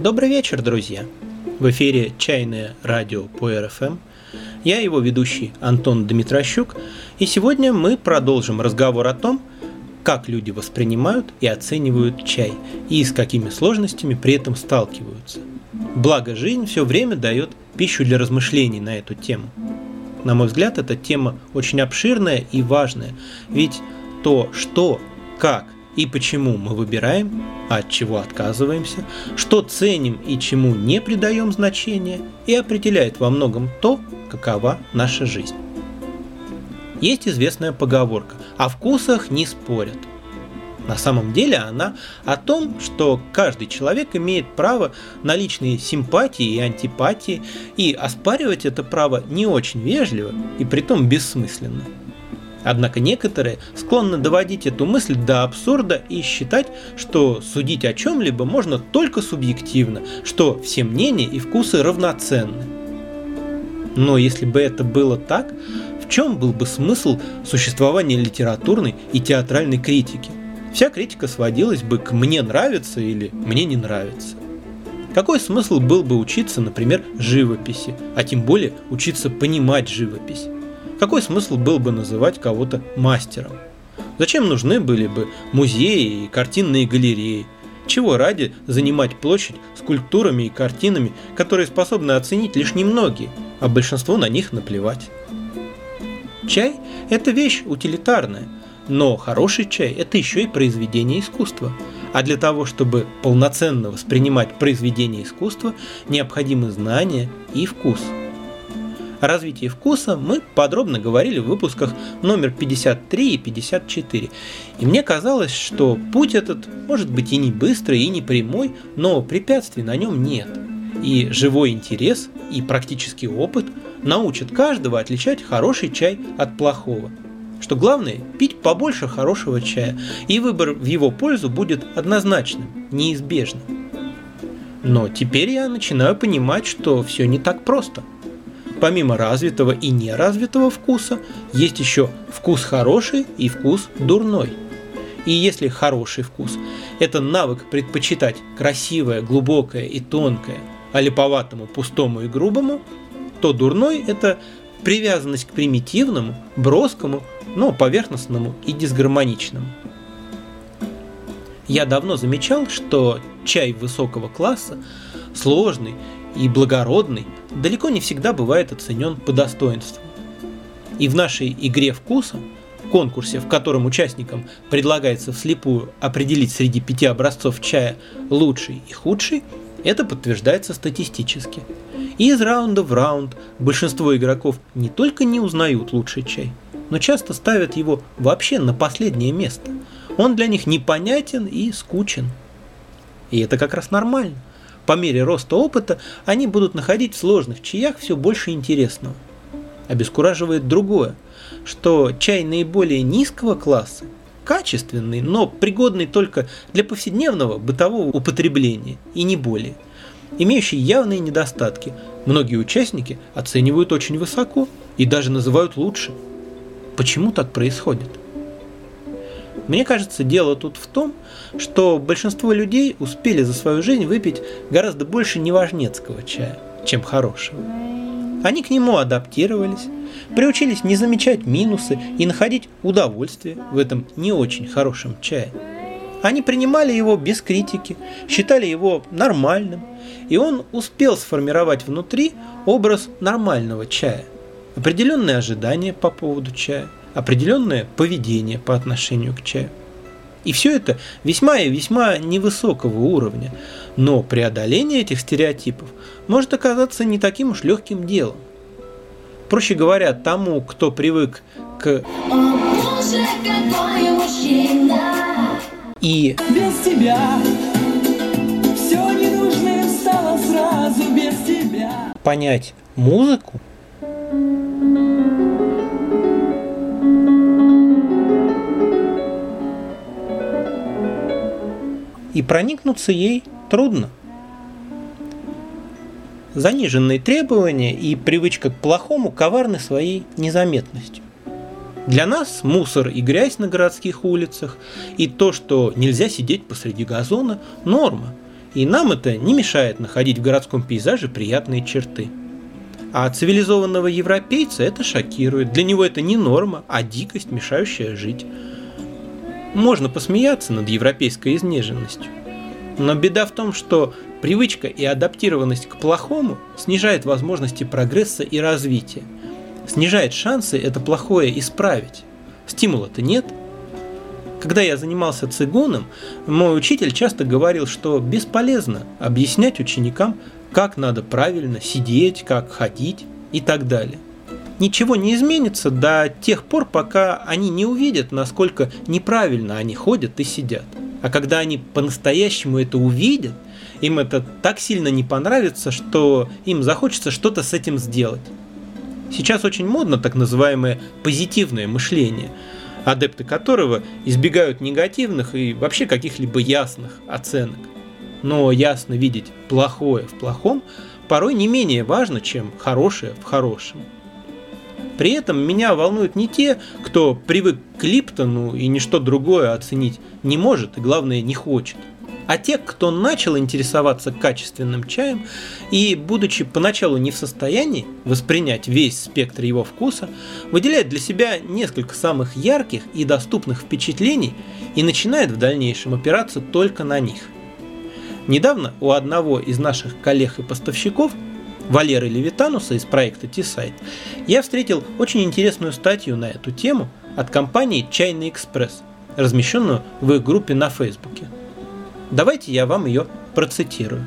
Добрый вечер, друзья! В эфире «Чайное радио» по РФМ. Я его ведущий Антон Дмитрощук, и сегодня мы продолжим разговор о том, как люди воспринимают и оценивают чай, и с какими сложностями при этом сталкиваются. Благо, жизнь все время дает пищу для размышлений на эту тему. На мой взгляд, эта тема очень обширная и важная, ведь то, что, как и почему мы выбираем, а от чего отказываемся, что ценим и чему не придаем значения, и определяет во многом то, какова наша жизнь. Есть известная поговорка «о вкусах не спорят». На самом деле она о том, что каждый человек имеет право на личные симпатии и антипатии, и оспаривать это право не очень вежливо и притом бессмысленно. Однако некоторые склонны доводить эту мысль до абсурда и считать, что судить о чем-либо можно только субъективно, что все мнения и вкусы равноценны. Но если бы это было так, в чем был бы смысл существования литературной и театральной критики? Вся критика сводилась бы к «мне нравится» или «мне не нравится». Какой смысл был бы учиться, например, живописи, а тем более учиться понимать живопись? Какой смысл был бы называть кого-то мастером? Зачем нужны были бы музеи и картинные галереи? Чего ради занимать площадь скульптурами и картинами, которые способны оценить лишь немногие, а большинству на них наплевать? Чай – это вещь утилитарная, но хороший чай – это еще и произведение искусства. А для того, чтобы полноценно воспринимать произведение искусства, необходимы знания и вкус. О развитии вкуса мы подробно говорили в выпусках номер 53 и 54. И мне казалось, что путь этот может быть и не быстрый, и не прямой, но препятствий на нем нет. И живой интерес, и практический опыт научат каждого отличать хороший чай от плохого. Что главное, пить побольше хорошего чая, и выбор в его пользу будет однозначным, неизбежным. Но теперь я начинаю понимать, что все не так просто. Помимо развитого и неразвитого вкуса, есть еще вкус хороший и вкус дурной. И если хороший вкус – это навык предпочитать красивое, глубокое и тонкое, а липоватому, пустому и грубому, то дурной – это привязанность к примитивному, броскому, но поверхностному и дисгармоничному. Я давно замечал, что чай высокого класса, сложный и благородный, далеко не всегда бывает оценен по достоинству. И в нашей игре вкуса, конкурсе, в котором участникам предлагается вслепую определить среди 5 образцов чая лучший и худший, это подтверждается статистически. И из раунда в раунд большинство игроков не только не узнают лучший чай, но часто ставят его вообще на последнее место. Он для них непонятен и скучен. И это как раз нормально. По мере роста опыта они будут находить в сложных чаях все больше интересного. Обескураживает другое, что чай наиболее низкого класса, качественный, но пригодный только для повседневного бытового употребления и не более, имеющий явные недостатки, многие участники оценивают очень высоко и даже называют лучше. Почему так происходит? Мне кажется, дело тут в том, что большинство людей успели за свою жизнь выпить гораздо больше неважнецкого чая, чем хорошего. Они к нему адаптировались, приучились не замечать минусы и находить удовольствие в этом не очень хорошем чае. Они принимали его без критики, считали его нормальным, и он успел сформировать внутри образ нормального чая, определенные ожидания по поводу чая, определенное поведение по отношению к чаю. И все это весьма и весьма невысокого уровня, но преодоление этих стереотипов может оказаться не таким уж легким делом. Проще говоря, тому, кто привык к и без тебя все ненужным стало сразу без тебя понять музыку, и проникнуться ей трудно. Заниженные требования и привычка к плохому коварны своей незаметностью. Для нас мусор и грязь на городских улицах, и то, что нельзя сидеть посреди газона – норма. и нам это не мешает находить в городском пейзаже приятные черты. А цивилизованного европейца это шокирует. Для него это не норма, а дикость, мешающая жить. Можно посмеяться над европейской изнеженностью. Но беда в том, что привычка и адаптированность к плохому снижает возможности прогресса и развития. Снижает шансы это плохое исправить. Стимула-то нет. Когда я занимался цигуном, мой учитель часто говорил, что бесполезно объяснять ученикам, как надо правильно сидеть, как ходить и так далее. Ничего не изменится до тех пор, пока они не увидят, насколько неправильно они ходят и сидят. А когда они по-настоящему это увидят, им это так сильно не понравится, что им захочется что-то с этим сделать. Сейчас очень модно так называемое позитивное мышление, адепты которого избегают негативных и вообще каких-либо ясных оценок. Но ясно видеть плохое в плохом порой не менее важно, чем хорошее в хорошем. При этом меня волнуют не те, кто привык к Липтону и ничто другое оценить не может и, главное, не хочет, а те, кто начал интересоваться качественным чаем и, будучи поначалу не в состоянии воспринять весь спектр его вкуса, выделяет для себя несколько самых ярких и доступных впечатлений и начинает в дальнейшем опираться только на них. Недавно у одного из наших коллег и поставщиков, Валеры Левитануса из проекта T-Site, я встретил очень интересную статью на эту тему от компании «Чайный экспресс», размещенную в их группе на Фейсбуке. Давайте я вам ее процитирую.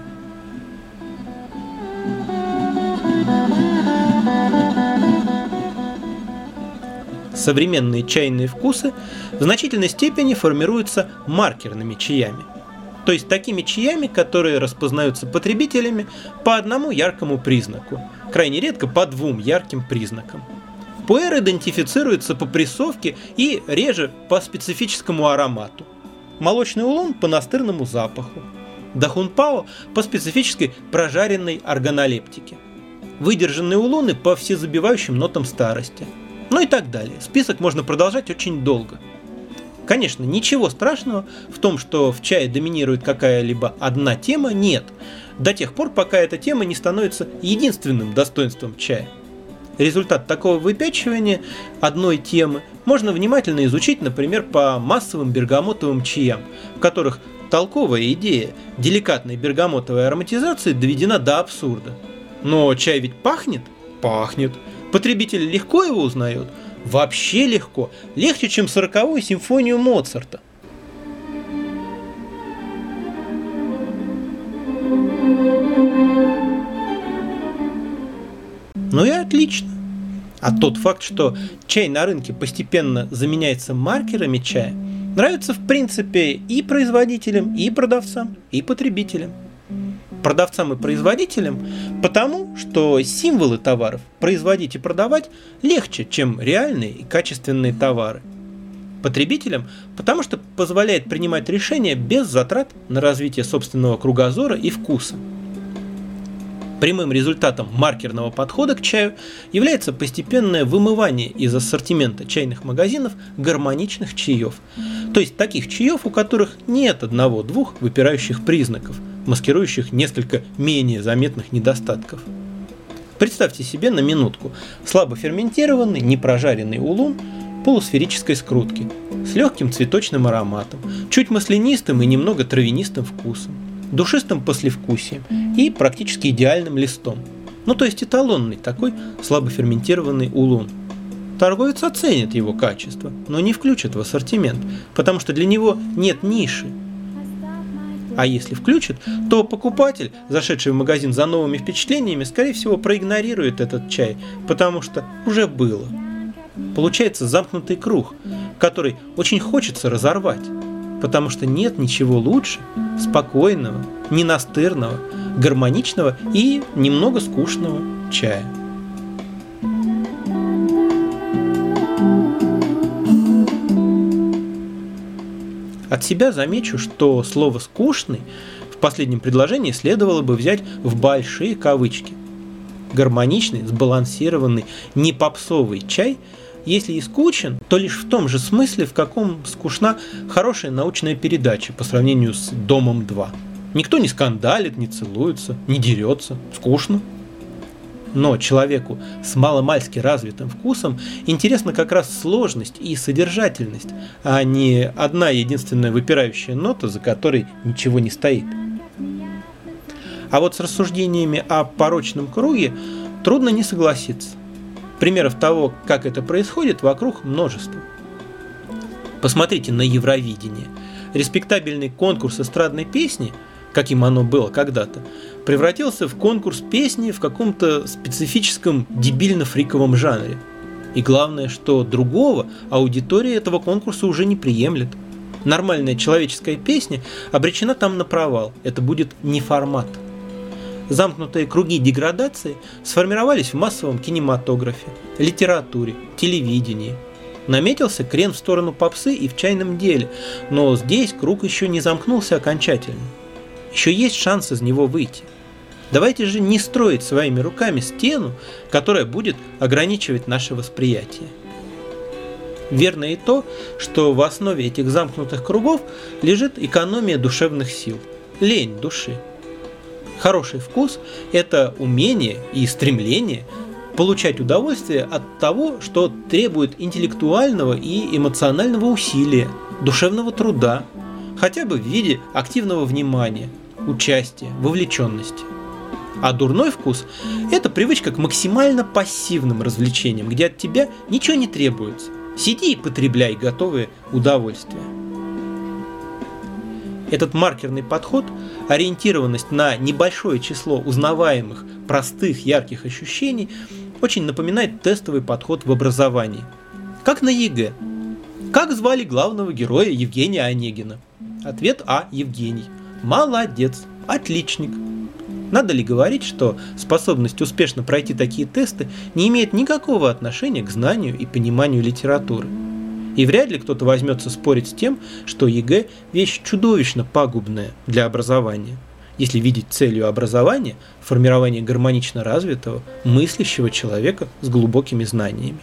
Современные чайные вкусы в значительной степени формируются маркерными чаями, то есть такими чаями, которые распознаются потребителями по одному яркому признаку, крайне редко по двум ярким признакам. Пуэр идентифицируется по прессовке и реже по специфическому аромату. Молочный улун по настырному запаху. Дахунпао по специфической прожаренной органолептике. Выдержанные улуны по всезабивающим нотам старости. Ну и так далее. Список можно продолжать очень долго. Конечно, ничего страшного в том, что в чае доминирует какая-либо одна тема, нет. До тех пор, пока эта тема не становится единственным достоинством чая. Результат такого выпячивания одной темы можно внимательно изучить, например, по массовым бергамотовым чаям, в которых толковая идея деликатной бергамотовой ароматизации доведена до абсурда. Но чай ведь пахнет? Пахнет. Потребитель легко его узнает? Вообще легко. Легче, чем 40-ю симфонию Моцарта. Ну и отлично. А тот факт, что чай на рынке постепенно заменяется маркерами чая, нравится в принципе и производителям, и продавцам, и потребителям. Продавцам и производителям потому, что символы товаров производить и продавать легче, чем реальные и качественные товары. Потребителям потому, что позволяет принимать решения без затрат на развитие собственного кругозора и вкуса. Прямым результатом маркерного подхода к чаю является постепенное вымывание из ассортимента чайных магазинов гармоничных чаев, то есть таких чаев, у которых нет одного-двух выпирающих признаков, маскирующих несколько менее заметных недостатков. Представьте себе на минутку слабо ферментированный, непрожаренный улун полусферической скрутки с легким цветочным ароматом, чуть маслянистым и немного травянистым вкусом, душистым послевкусием и практически идеальным листом. Ну то есть эталонный такой слабоферментированный улун. Торговец оценит его качество, но не включит в ассортимент, потому что для него нет ниши. А если включит, то покупатель, зашедший в магазин за новыми впечатлениями, скорее всего проигнорирует этот чай, потому что уже было. Получается замкнутый круг, который очень хочется разорвать, потому что нет ничего лучше спокойного, ненастырного, гармоничного и немного скучного чая. От себя замечу, что слово «скучный» в последнем предложении следовало бы взять в большие кавычки. Гармоничный, сбалансированный, не попсовый чай, если и скучен, то лишь в том же смысле, в каком скучна хорошая научная передача по сравнению с «Домом-2». Никто не скандалит, не целуется, не дерется. Скучно. Но человеку с маломальски развитым вкусом интересна как раз сложность и содержательность, а не одна единственная выпирающая нота, за которой ничего не стоит. А вот с рассуждениями о порочном круге трудно не согласиться. Примеров того, как это происходит, вокруг множество. Посмотрите на Евровидение. Респектабельный конкурс эстрадной песни, каким оно было когда-то, превратился в конкурс песни в каком-то специфическом дебильно-фриковом жанре. И главное, что другого аудитория этого конкурса уже не приемлет. Нормальная человеческая песня обречена там на провал. Это будет не формат. Замкнутые круги деградации сформировались в массовом кинематографе, литературе, телевидении. Наметился крен в сторону попсы и в чайном деле, но здесь круг еще не замкнулся окончательно. Еще есть шанс из него выйти. Давайте же не строить своими руками стену, которая будет ограничивать наше восприятие. Верно и то, что в основе этих замкнутых кругов лежит экономия душевных сил, лень души. Хороший вкус – это умение и стремление получать удовольствие от того, что требует интеллектуального и эмоционального усилия, душевного труда, хотя бы в виде активного внимания, участия, вовлеченности. А дурной вкус – это привычка к максимально пассивным развлечениям, где от тебя ничего не требуется. Сиди и потребляй готовые удовольствия. Этот маркерный подход, ориентированность на небольшое число узнаваемых, простых, ярких ощущений, очень напоминает тестовый подход в образовании. Как на ЕГЭ. Как звали главного героя Евгения Онегина? Ответ А. Евгений. Молодец, отличник. Надо ли говорить, что способность успешно пройти такие тесты не имеет никакого отношения к знанию и пониманию литературы? И вряд ли кто-то возьмется спорить с тем, что ЕГЭ – вещь чудовищно пагубная для образования, если видеть целью образования формирование гармонично развитого, мыслящего человека с глубокими знаниями.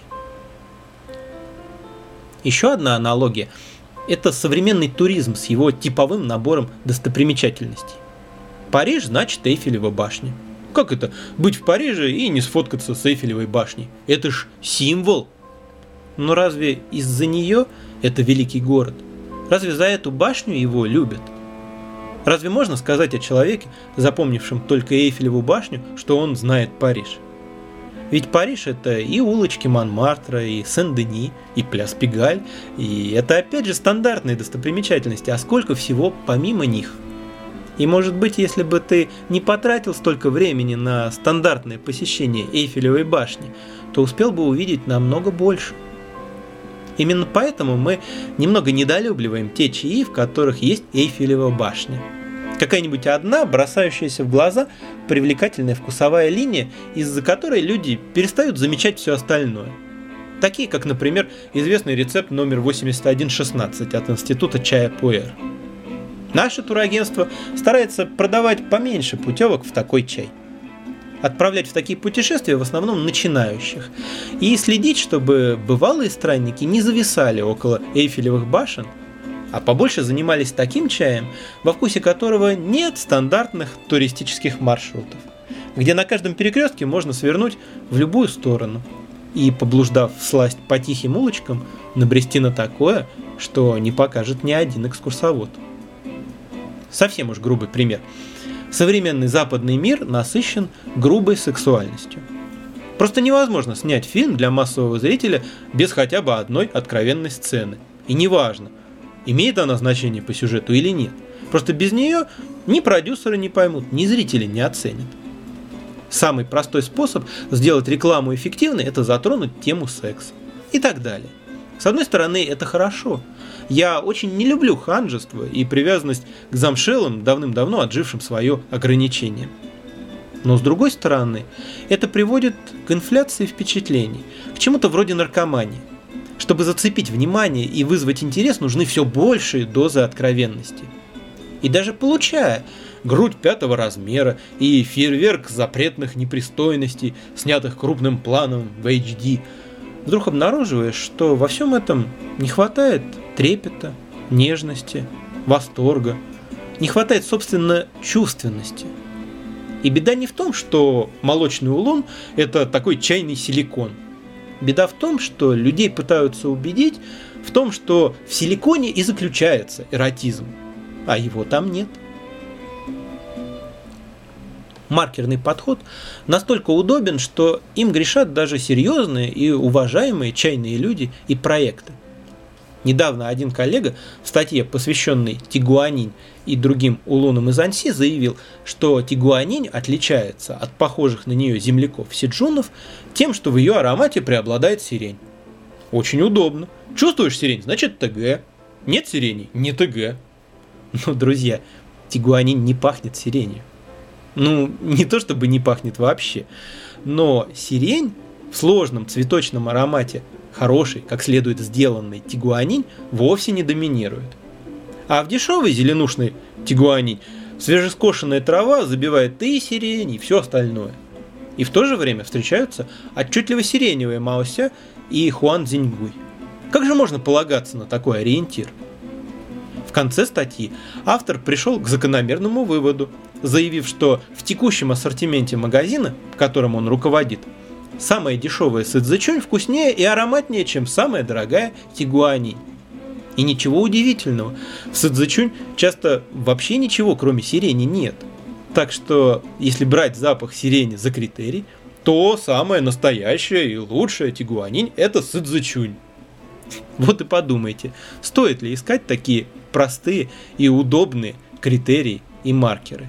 Еще одна аналогия – это современный туризм с его типовым набором достопримечательностей. Париж значит Эйфелева башня. Как это быть в Париже и не сфоткаться с Эйфелевой башней? Это ж символ. Но разве из-за нее это великий город? Разве за эту башню его любят? Разве можно сказать о человеке, запомнившем только Эйфелеву башню, что он знает Париж? Ведь Париж – это и улочки Монмартра, и Сен-Дени, и пляс Пигаль, и это опять же стандартные достопримечательности, а сколько всего помимо них. И может быть, если бы ты не потратил столько времени на стандартное посещение Эйфелевой башни, то успел бы увидеть намного больше. Именно поэтому мы немного недолюбливаем те чаи, в которых есть Эйфелева башня. Какая-нибудь одна бросающаяся в глаза привлекательная вкусовая линия, из-за которой люди перестают замечать все остальное. Такие, как, например, известный рецепт номер 8116 от Института чая Пуэр. Наше турагентство старается продавать поменьше путевок в такой чай. Отправлять в такие путешествия в основном начинающих. И следить, чтобы бывалые странники не зависали около Эйфелевых башен, а побольше занимались таким чаем, во вкусе которого нет стандартных туристических маршрутов, где на каждом перекрестке можно свернуть в любую сторону и, поблуждав всласть по тихим улочкам, набрести на такое, что не покажет ни один экскурсовод. Совсем уж грубый пример. Современный западный мир насыщен грубой сексуальностью. Просто невозможно снять фильм для массового зрителя без хотя бы одной откровенной сцены. И неважно, имеет она значение по сюжету или нет. Просто без нее ни продюсеры не поймут, ни зрители не оценят. Самый простой способ сделать рекламу эффективной – это затронуть тему секса. И так далее. С одной стороны, это хорошо. Я очень не люблю ханжество и привязанность к замшелым, давным-давно отжившим свое ограничение. Но с другой стороны, это приводит к инфляции впечатлений, к чему-то вроде наркомании. Чтобы зацепить внимание и вызвать интерес, нужны все большие дозы откровенности. И даже получая грудь 5-го размера и фейерверк запретных непристойностей, снятых крупным планом в HD, вдруг обнаруживаешь, что во всем этом не хватает трепета, нежности, восторга, Не хватает, собственно, чувственности. И беда не в том, что молочный улун – это такой чайный силикон. Беда в том, что людей пытаются убедить в том, что в силиконе и заключается эротизм, а его там нет. Маркерный подход настолько удобен, что им грешат даже серьезные и уважаемые чайные люди и проекты. Недавно один коллега в статье, посвященной тигуанинь и другим улунам из Анси, заявил, что тигуанинь отличается от похожих на нее земляков-сиджунов тем, что в ее аромате преобладает сирень. Очень удобно. Чувствуешь сирень, значит ТГ. Нет сирени, не ТГ. Но, друзья, тигуанинь не пахнет сиренью. Не то чтобы не пахнет вообще, но сирень в сложном цветочном аромате хороший, как следует сделанный тигуанинь, вовсе не доминирует. А в дешевой зеленушной тигуанинь свежескошенная трава забивает и сирень, и все остальное. И в то же время встречаются отчетливо сиреневые маося и хуанцзиньгуй. Как же можно полагаться на такой ориентир? В конце статьи автор пришел к закономерному выводу, заявив, что в текущем ассортименте магазина, которым он руководит, самая дешевая сыцзэчунь вкуснее и ароматнее, чем самая дорогая тигуанинь. И ничего удивительного, в сыцзэчунь часто вообще ничего, кроме сирени, нет. Так что, если брать запах сирени за критерий, то самая настоящая и лучшая тигуанинь – это сыцзэчунь. Вот и подумайте, стоит ли искать такие простые и удобные критерии и маркеры.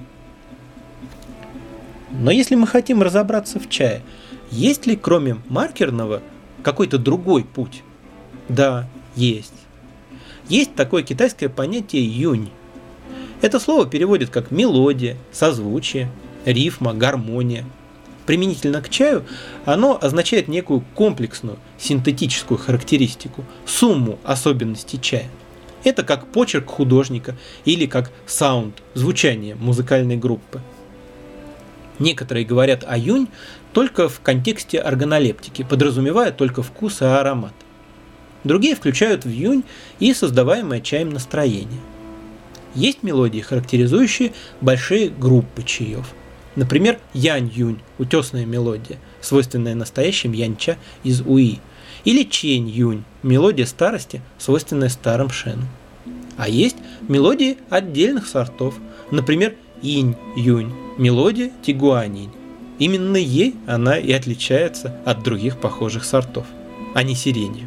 Но если мы хотим разобраться в чае, есть ли кроме маркерного какой-то другой путь? Да, есть. Есть такое китайское понятие юнь. Это слово переводит как мелодия, созвучие, рифма, гармония. Применительно к чаю оно означает некую комплексную синтетическую характеристику, сумму особенностей чая. Это как почерк художника или как саунд, звучание музыкальной группы. Некоторые говорят о юнь только в контексте органолептики, подразумевая только вкус и аромат. Другие включают в юнь и создаваемое чаем настроение. Есть мелодии, характеризующие большие группы чаев. Например, янь-юнь, утесная мелодия, свойственная настоящим янь-ча из Уи. Или чень-юнь, мелодия старости, свойственная старым шену. А есть мелодии отдельных сортов, например, инь-юнь, мелодия тигуанинь. Именно ей она и отличается от других похожих сортов, а не сиренью.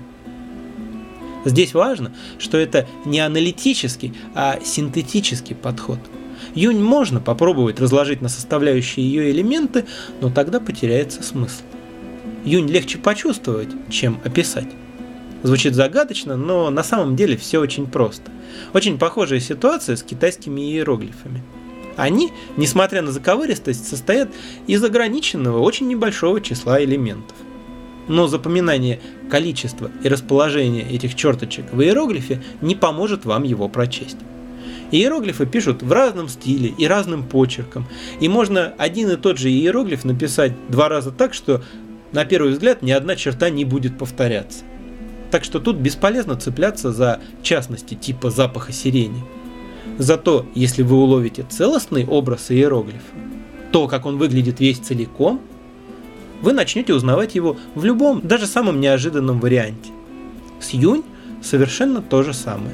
Здесь важно, что это не аналитический, а синтетический подход. Юнь можно попробовать разложить на составляющие ее элементы, но тогда потеряется смысл. Юнь легче почувствовать, чем описать. Звучит загадочно, но на самом деле все очень просто. Очень похожая ситуация с китайскими иероглифами. Они, несмотря на заковыристость, состоят из ограниченного, очень небольшого числа элементов. Но запоминание количества и расположения этих черточек в иероглифе не поможет вам его прочесть. Иероглифы пишут в разном стиле и разным почерком, и можно один и тот же иероглиф написать 2 раза так, что на первый взгляд ни одна черта не будет повторяться. Так что тут бесполезно цепляться за частности типа запаха сирени. Зато, если вы уловите целостный образ иероглифа, то, как он выглядит весь целиком, вы начнете узнавать его в любом, даже самом неожиданном варианте. С юнь совершенно то же самое.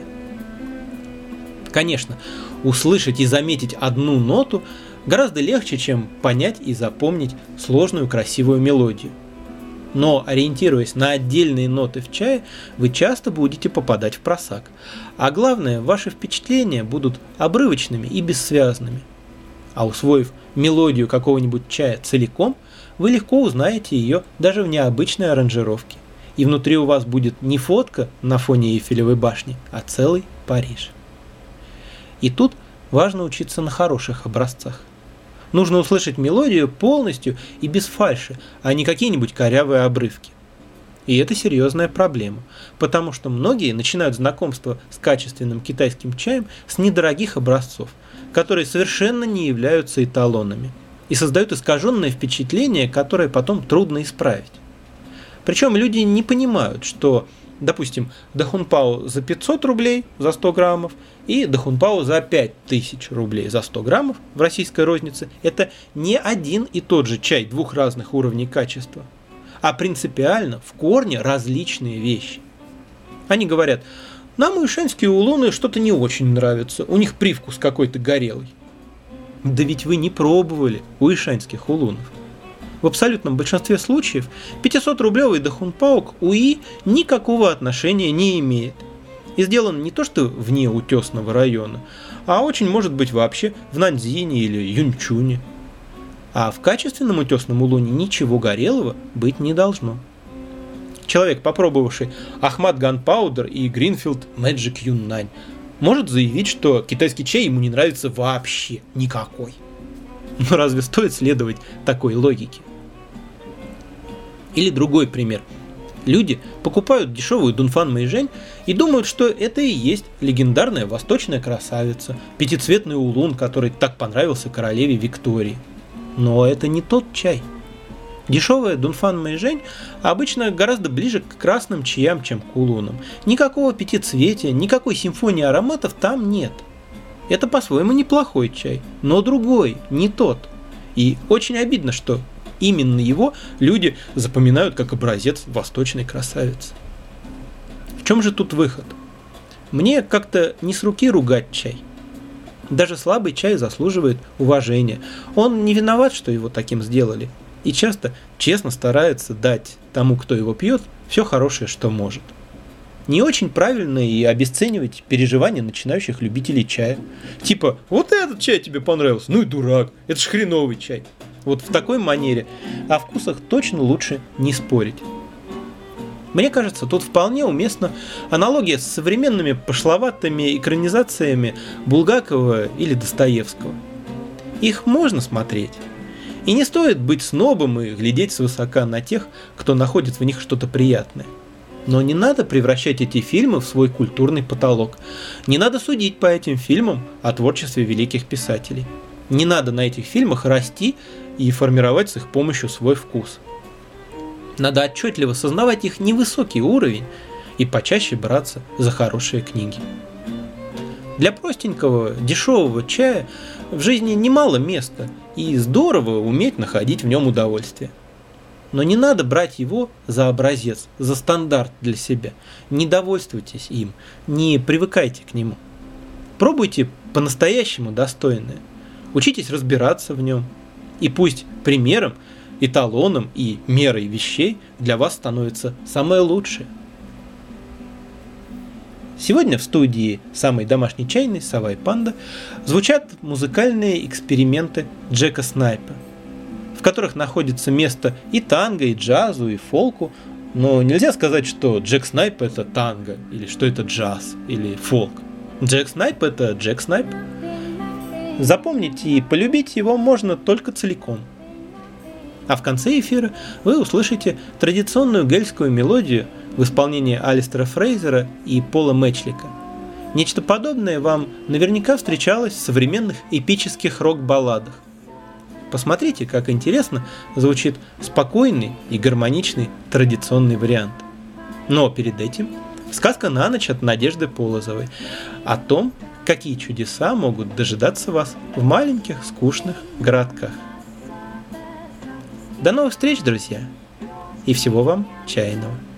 Конечно, услышать и заметить одну ноту гораздо легче, чем понять и запомнить сложную красивую мелодию. Но, ориентируясь на отдельные ноты в чае, вы часто будете попадать в просак. А главное, ваши впечатления будут обрывочными и бессвязными. А усвоив мелодию какого-нибудь чая целиком, вы легко узнаете ее даже в необычной аранжировке. И внутри у вас будет не фотка на фоне Эйфелевой башни, а целый Париж. И тут важно учиться на хороших образцах. Нужно услышать мелодию полностью и без фальши, а не какие-нибудь корявые обрывки. И это серьезная проблема, потому что многие начинают знакомство с качественным китайским чаем с недорогих образцов, которые совершенно не являются эталонами, и создают искаженное впечатление, которое потом трудно исправить. Причем люди не понимают, что Допустим, дахунпао за 500 рублей за 100 граммов и дахунпао за 5000 рублей за 100 граммов в российской рознице – это не один и тот же чай двух разных уровней качества, а принципиально в корне различные вещи. Они говорят: нам уишанские улуны что-то не очень нравится, у них привкус какой-то горелый. Да ведь вы не пробовали уишанских улунов. В абсолютном большинстве случаев 500-рублевый дахунпао к УИ никакого отношения не имеет. И сделан не то что вне утесного района, а очень может быть вообще в Наньцзине или Юньчуне. А в качественном утесном улуне ничего горелого быть не должно. Человек, попробовавший Ахмад Ганпаудер и Гринфилд Мэджик Юннань, может заявить, что китайский чай ему не нравится вообще никакой. Но разве стоит следовать такой логике? Или другой пример. Люди покупают дешевую Дунфан Мэйжэнь и думают, что это и есть легендарная восточная красавица, пятицветный улун, который так понравился королеве Виктории. Но это не тот чай. Дешевая Дунфан Мэйжэнь обычно гораздо ближе к красным чаям, чем к улунам. Никакого пятицветия, никакой симфонии ароматов там нет. Это по-своему неплохой чай, но другой, не тот. И очень обидно, что именно его люди запоминают как образец восточной красавицы. В чем же тут выход? Мне как-то не с руки ругать чай. Даже слабый чай заслуживает уважения. Он не виноват, что его таким сделали. И часто честно старается дать тому, кто его пьет, все хорошее, что может. Не очень правильно и обесценивать переживания начинающих любителей чая. Типа: вот этот чай тебе понравился, ну и дурак, это ж хреновый чай. Вот в такой манере о вкусах точно лучше не спорить. Мне кажется, тут вполне уместна аналогия с современными пошловатыми экранизациями Булгакова или Достоевского. Их можно смотреть. И не стоит быть снобом и глядеть свысока на тех, кто находит в них что-то приятное. Но не надо превращать эти фильмы в свой культурный потолок. Не надо судить по этим фильмам о творчестве великих писателей. Не надо на этих фильмах расти и формировать с их помощью свой вкус. Надо отчетливо сознавать их невысокий уровень и почаще браться за хорошие книги. Для простенького, дешевого чая в жизни немало места, и здорово уметь находить в нем удовольствие. Но не надо брать его за образец, за стандарт для себя. Не довольствуйтесь им, не привыкайте к нему. Пробуйте по-настоящему достойное. Учитесь разбираться в нем. И пусть примером, эталоном и мерой вещей для вас становится самое лучшее. Сегодня в студии самой домашней чайной «Сова и Панда» звучат музыкальные эксперименты Джека Снайпа, в которых находится место и танго, и джазу, и фолку, но нельзя сказать, что Джек Снайп – это танго, или что это джаз, или фолк. Джек Снайп – это Джек Снайп. Запомнить и полюбить его можно только целиком. А в конце эфира вы услышите традиционную гельскую мелодию в исполнении Алистера Фрейзера и Пола Мэчлика. Нечто подобное вам наверняка встречалось в современных эпических рок-балладах. Посмотрите, как интересно звучит спокойный и гармоничный традиционный вариант. Но перед этим сказка на ночь от Надежды Полозовой о том, какие чудеса могут дожидаться вас в маленьких скучных городках. До новых встреч, друзья, и всего вам чайного.